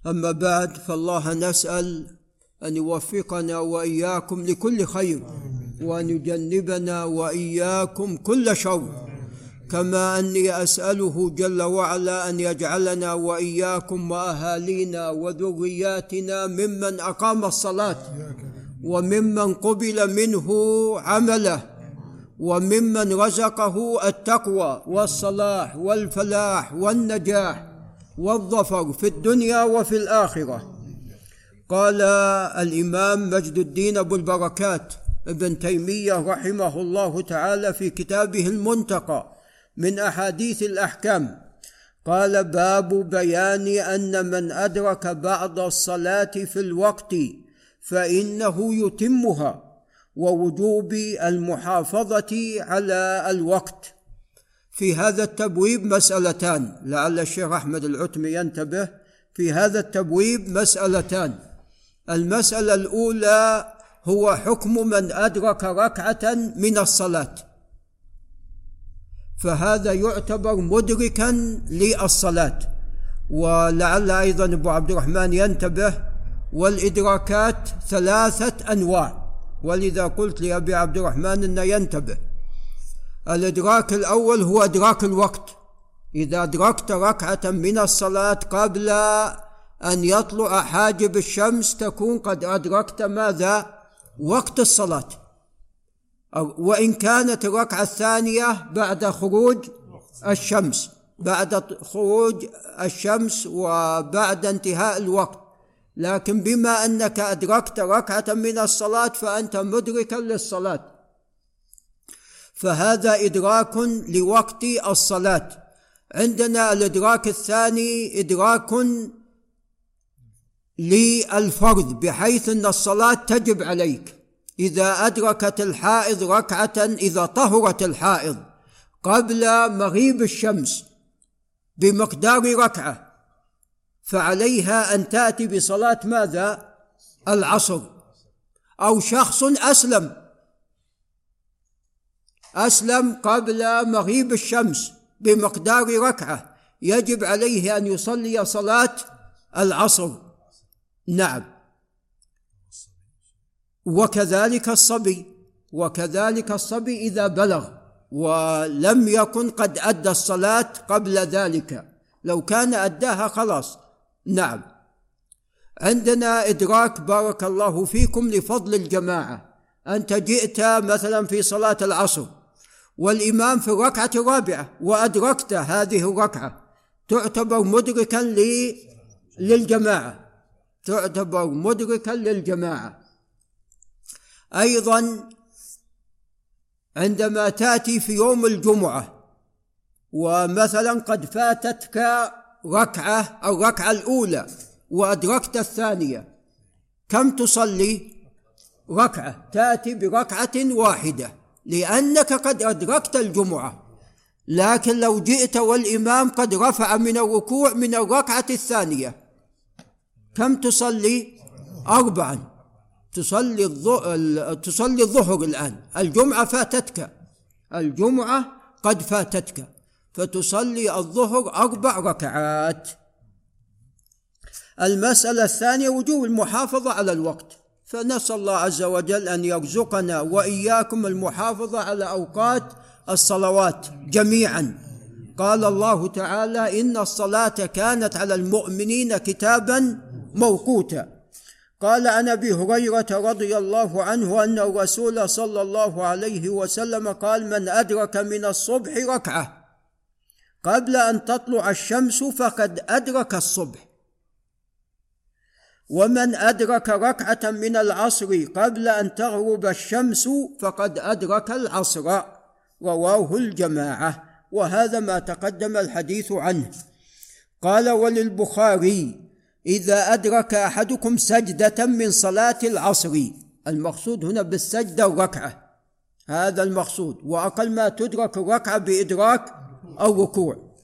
أما بعد، فالله نسأل أن يوفقنا وإياكم لكل خير، وأن يجنبنا وإياكم كل شر، كما أني أسأله جل وعلا أن يجعلنا وإياكم وأهالينا وذرياتنا ممن أقام الصلاة، وممن قبل منه عمله، وممن رزقه التقوى والصلاح والفلاح والنجاح والظفر في الدنيا وفي الآخرة. قال الإمام مجد الدين أبو البركات ابن تيمية رحمه الله تعالى في كتابه المنتقى من أحاديث الأحكام، قال: باب بيان أن من أدرك بعض الصلاة في الوقت فإنه يتمها، ووجوب المحافظة على الوقت. في هذا التبويب مسألتان، لعل الشيخ أحمد العتمي ينتبه. في هذا التبويب مسألتان. المسألة الأولى هو حكم من أدرك ركعة من الصلاة، فهذا يعتبر مدركا للصلاة. ولعل أيضا أبو عبد الرحمن ينتبه، والإدراكات 3 أنواع، ولذا قلت لأبي عبد الرحمن أن ينتبه. الإدراك الأول هو إدراك الوقت، إذا أدركت ركعة من الصلاة قبل أن يطلع حاجب الشمس تكون قد أدركت ماذا؟ وقت الصلاة. وإن كانت الركعة الثانية بعد خروج الشمس، بعد خروج الشمس وبعد انتهاء الوقت، لكن بما أنك أدركت ركعة من الصلاة فأنت مدركا للصلاة، فهذا إدراك لوقت الصلاة. عندنا الإدراك الثاني إدراك للفرض، بحيث أن الصلاة تجب عليك. إذا أدركت الحائض ركعة، إذا طهرت الحائض قبل مغيب الشمس بمقدار ركعة، فعليها أن تأتي بصلاة ماذا؟ العصر. أو شخص أسلم قبل مغيب الشمس بمقدار ركعة، يجب عليه أن يصلي صلاة العصر. نعم. وكذلك الصبي إذا بلغ ولم يكن قد أدى الصلاة قبل ذلك، لو كان أداها خلاص. نعم. عندنا إدراك بارك الله فيكم لفضل الجماعة. أنت جئت مثلا في صلاة العصر والإمام في الركعة الرابعة وأدركت هذه الركعة، تعتبر مدركا للجماعة، تعتبر مدركا للجماعة. أيضا عندما تأتي في يوم الجمعة ومثلا قد فاتتك الركعة الأولى وأدركت الثانية، كم تصلي؟ ركعة، تأتي بركعة واحدة لأنك قد أدركت الجمعة. لكن لو جئت والإمام قد رفع من الركوع من الركعة الثانية، كم تصلي؟ 4. تصلي الظهر الآن، الجمعة قد فاتتك، فتصلي الظهر 4 ركعات. المسألة الثانية وجوب المحافظة على الوقت، فنسأل الله عز وجل أن يرزقنا وإياكم المحافظة على أوقات الصلوات جميعا. قال الله تعالى: إن الصلاة كانت على المؤمنين كتابا موقوتا. قال عن أبي هريرة رضي الله عنه أن الرسول صلى الله عليه وسلم قال: من أدرك من الصبح ركعة قبل أن تطلع الشمس فقد أدرك الصبح، ومن أدرك ركعة من العصر قبل أن تغرب الشمس فقد أدرك العصر. رواه الجماعة، وهذا ما تقدم الحديث عنه. قال: وللبخاري: إذا أدرك أحدكم سجدة من صلاة العصر، المقصود هنا بالسجدة الركعة، هذا المقصود، وأقل ما تدرك الركعة بإدراك الركوع.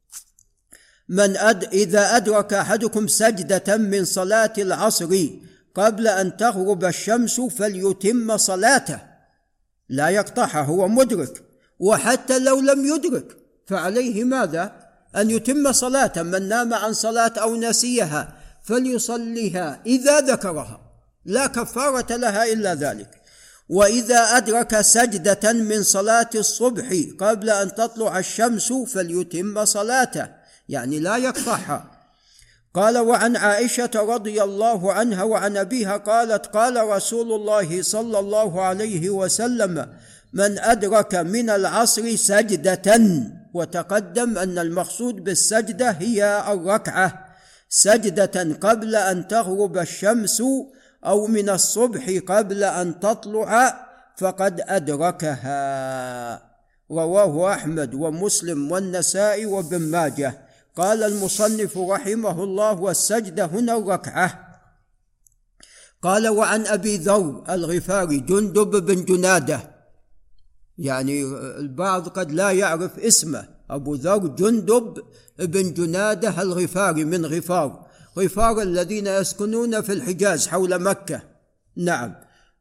إذا أدرك أحدكم سجدة من صلاة العصر قبل أن تغرب الشمس فليتم صلاته، لا يقطعها، هو مدرك. وحتى لو لم يدرك فعليه ماذا؟ أن يتم صلاته. من نام عن صلاة أو نسيها فليصليها إذا ذكرها، لا كفارة لها إلا ذلك. وإذا أدرك سجدة من صلاة الصبح قبل أن تطلع الشمس فليتم صلاته، يعني لا يقطعها. قال: وعن عائشة رضي الله عنها وعن أبيها قالت: قال رسول الله صلى الله عليه وسلم: من أدرك من العصر سجدة. وتقدم أن المقصود بالسجدة هي الركعة، سجدة قبل أن تغرب الشمس أو من الصبح قبل أن تطلع فقد أدركها. رواه أحمد ومسلم والنسائي وابن ماجه. قال المصنف رحمه الله: والسجدة هنا الركعة. قال: وعن أبي ذر الغفاري جندب بن جنادة، يعني البعض قد لا يعرف اسمه، أبو ذر جندب بن جنادة الغفاري من غفار الذين يسكنون في الحجاز حول مكة. نعم،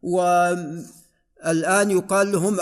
والآن يقال لهم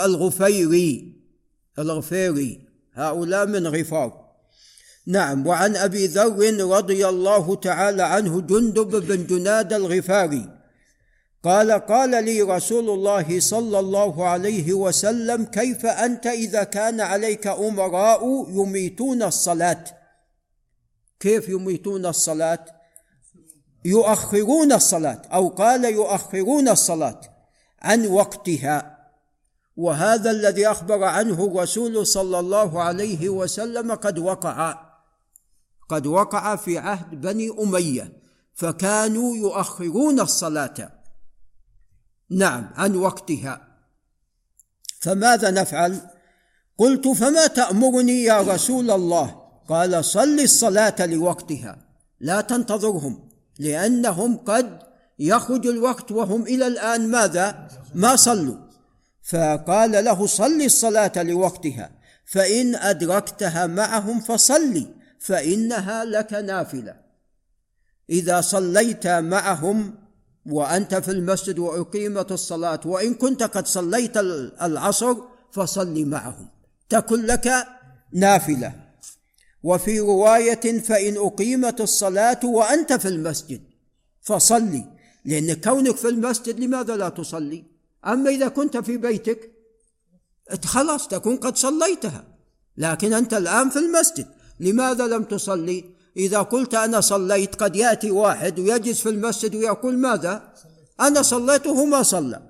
الغفيري، هؤلاء من غفار. نعم. وعن أبي ذر رضي الله تعالى عنه جندب بن جنادة الغفاري قال: قال لي رسول الله صلى الله عليه وسلم: كيف أنت إذا كان عليك أمراء يميتون الصلاة؟ كيف يميتون الصلاة؟ يؤخرون الصلاة، أو قال يؤخرون الصلاة عن وقتها. وهذا الذي أخبر عنه الرسول صلى الله عليه وسلم قد وقع في عهد بني أمية، فكانوا يؤخرون الصلاة نعم عن وقتها. فماذا نفعل؟ قلت: فما تأمرني يا رسول الله؟ قال: صل الصلاة لوقتها، لا تنتظرهم، لأنهم قد يخرج الوقت وهم إلى الآن ماذا؟ ما صلوا. فقال له: صل الصلاة لوقتها، فإن أدركتها معهم فصلي، فإنها لك نافلة. إذا صليت معهم وأنت في المسجد وأقيمت الصلاة، وإن كنت قد صليت العصر فصل معهم، تكن لك نافلة. وفي رواية: فإن أقيمت الصلاة وأنت في المسجد فصلي، لأن كونك في المسجد لماذا لا تصلي؟ أما إذا كنت في بيتك خلاص تكون قد صليتها، لكن أنت الآن في المسجد، لماذا لم تصلي؟ إذا قلت أنا صليت قد يأتي واحد ويجلس في المسجد ويقول ماذا؟ أنا صليت وهو ما صلى.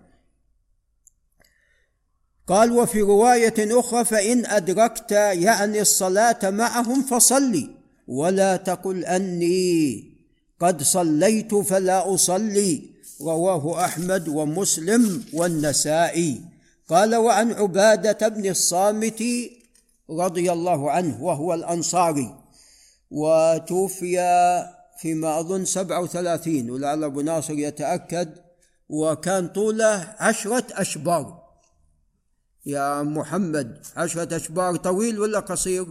قال: وفي رواية أخرى: فإن أدركت يعني الصلاة معهم فصلي، ولا تقل أني قد صليت فلا أصلي. رواه أحمد ومسلم والنسائي. قال: وعن عبادة بن الصامت رضي الله عنه وهو الأنصاري، وتوفي فيما أظن 37، ولعل أبو ناصر يتأكد، وكان طوله 10 أشبار. يا محمد 10 أشبار طويل ولا قصير؟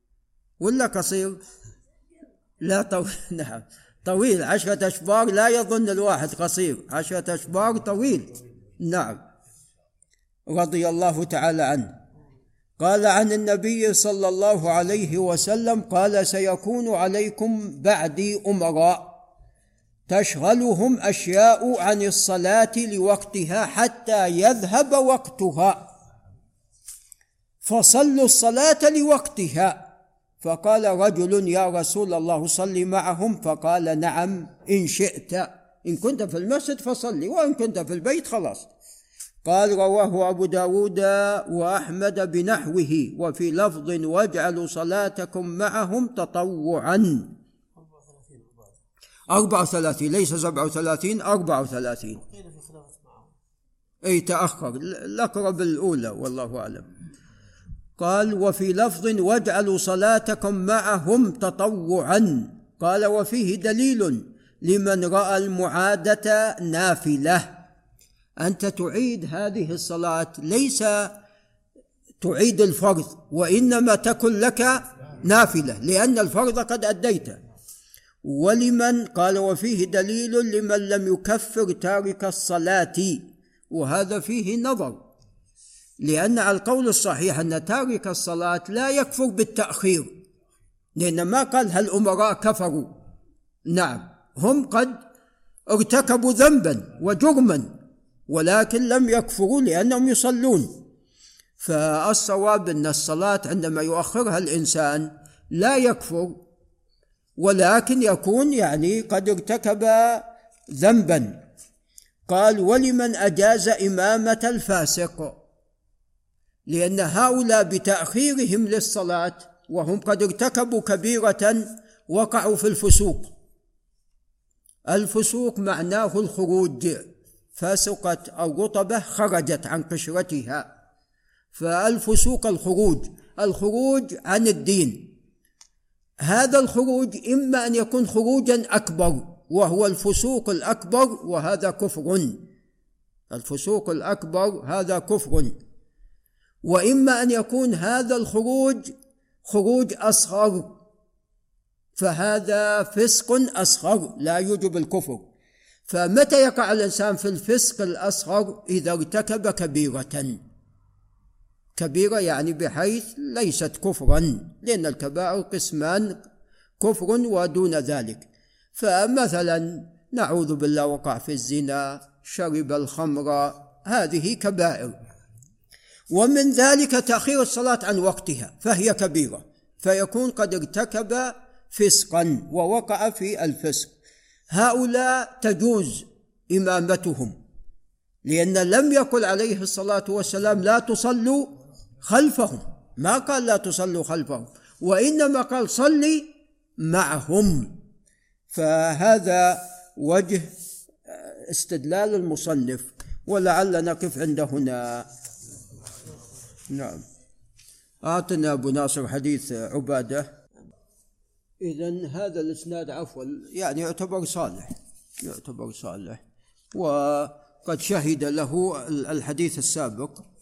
لا طويل. نعم طويل، 10 أشبار، لا يظن الواحد قصير، 10 أشبار طويل. نعم، رضي الله تعالى عنه. قال عن النبي صلى الله عليه وسلم قال: سيكون عليكم بعدي أمراء تشغلهم أشياء عن الصلاة لوقتها حتى يذهب وقتها، فصلوا الصلاة لوقتها. فقال رجل: يا رسول الله صل معهم. فقال: نعم إن شئت، إن كنت في المسجد فصلي، وإن كنت في البيت خلاص. قال: رواه أبو داود وأحمد بنحوه، وفي لفظ: واجعلوا صلاتكم معهم تطوعا. 34 ليس 37، 34. أي تأخر، الأقرب الأولى والله أعلم. قال: وفي لفظ: واجعلوا صلاتكم معهم تطوعا. قال: وفيه دليل لمن رأى المعادة نافلة. أنت تعيد هذه الصلاة، ليس تعيد الفرض، وإنما تكن لك نافلة، لأن الفرض قد أديته. ولمن قال: وفيه دليل لمن لم يكفر تارك الصلاة، وهذا فيه نظر، لأن على القول الصحيح أن تارك الصلاة لا يكفر بالتأخير، لأن ما قال هل الأمراء كفروا. نعم، هم قد ارتكبوا ذنبا وجرما ولكن لم يكفروا لأنهم يصلون. فالصواب أن الصلاة عندما يؤخرها الإنسان لا يكفر، ولكن يكون يعني قد ارتكب ذنبا. قال: ولمن أجاز إمامة الفاسق، لأن هؤلاء بتأخيرهم للصلاة وهم قد ارتكبوا كبيرة وقعوا في الفسوق. الفسوق معناه الخروج، فسقت الرطبة خرجت عن قشرتها، فالفسوق الخروج عن الدين. هذا الخروج إما أن يكون خروجا أكبر وهو الفسوق الأكبر، وهذا كفر، الفسوق الأكبر هذا كفر، وإما أن يكون هذا الخروج خروج أصغر، فهذا فسق أصغر لا يوجب الكفر. فمتى يقع الإنسان في الفسق الأصغر؟ إذا ارتكب كبيرة يعني بحيث ليست كفرا، لأن الكبائر قسمان: كفر ودون ذلك. فمثلا نعوذ بالله وقع في الزنا، شرب الخمر، هذه كبائر. ومن ذلك تأخير الصلاة عن وقتها، فهي كبيرة، فيكون قد ارتكب فسقا ووقع في الفسق. هؤلاء تجوز إمامتهم، لأن لم يقل عليه الصلاة والسلام لا تصلوا خلفهم، ما قال لا تصلوا خلفهم، وإنما قال صلي معهم. فهذا وجه استدلال المصنف، ولعل نقف عند هنا. نعم. أعطنا أبو ناصر حديث عبادة. إذن هذا الإسناد عفوا يعني يعتبر صالح، وقد شهد له الحديث السابق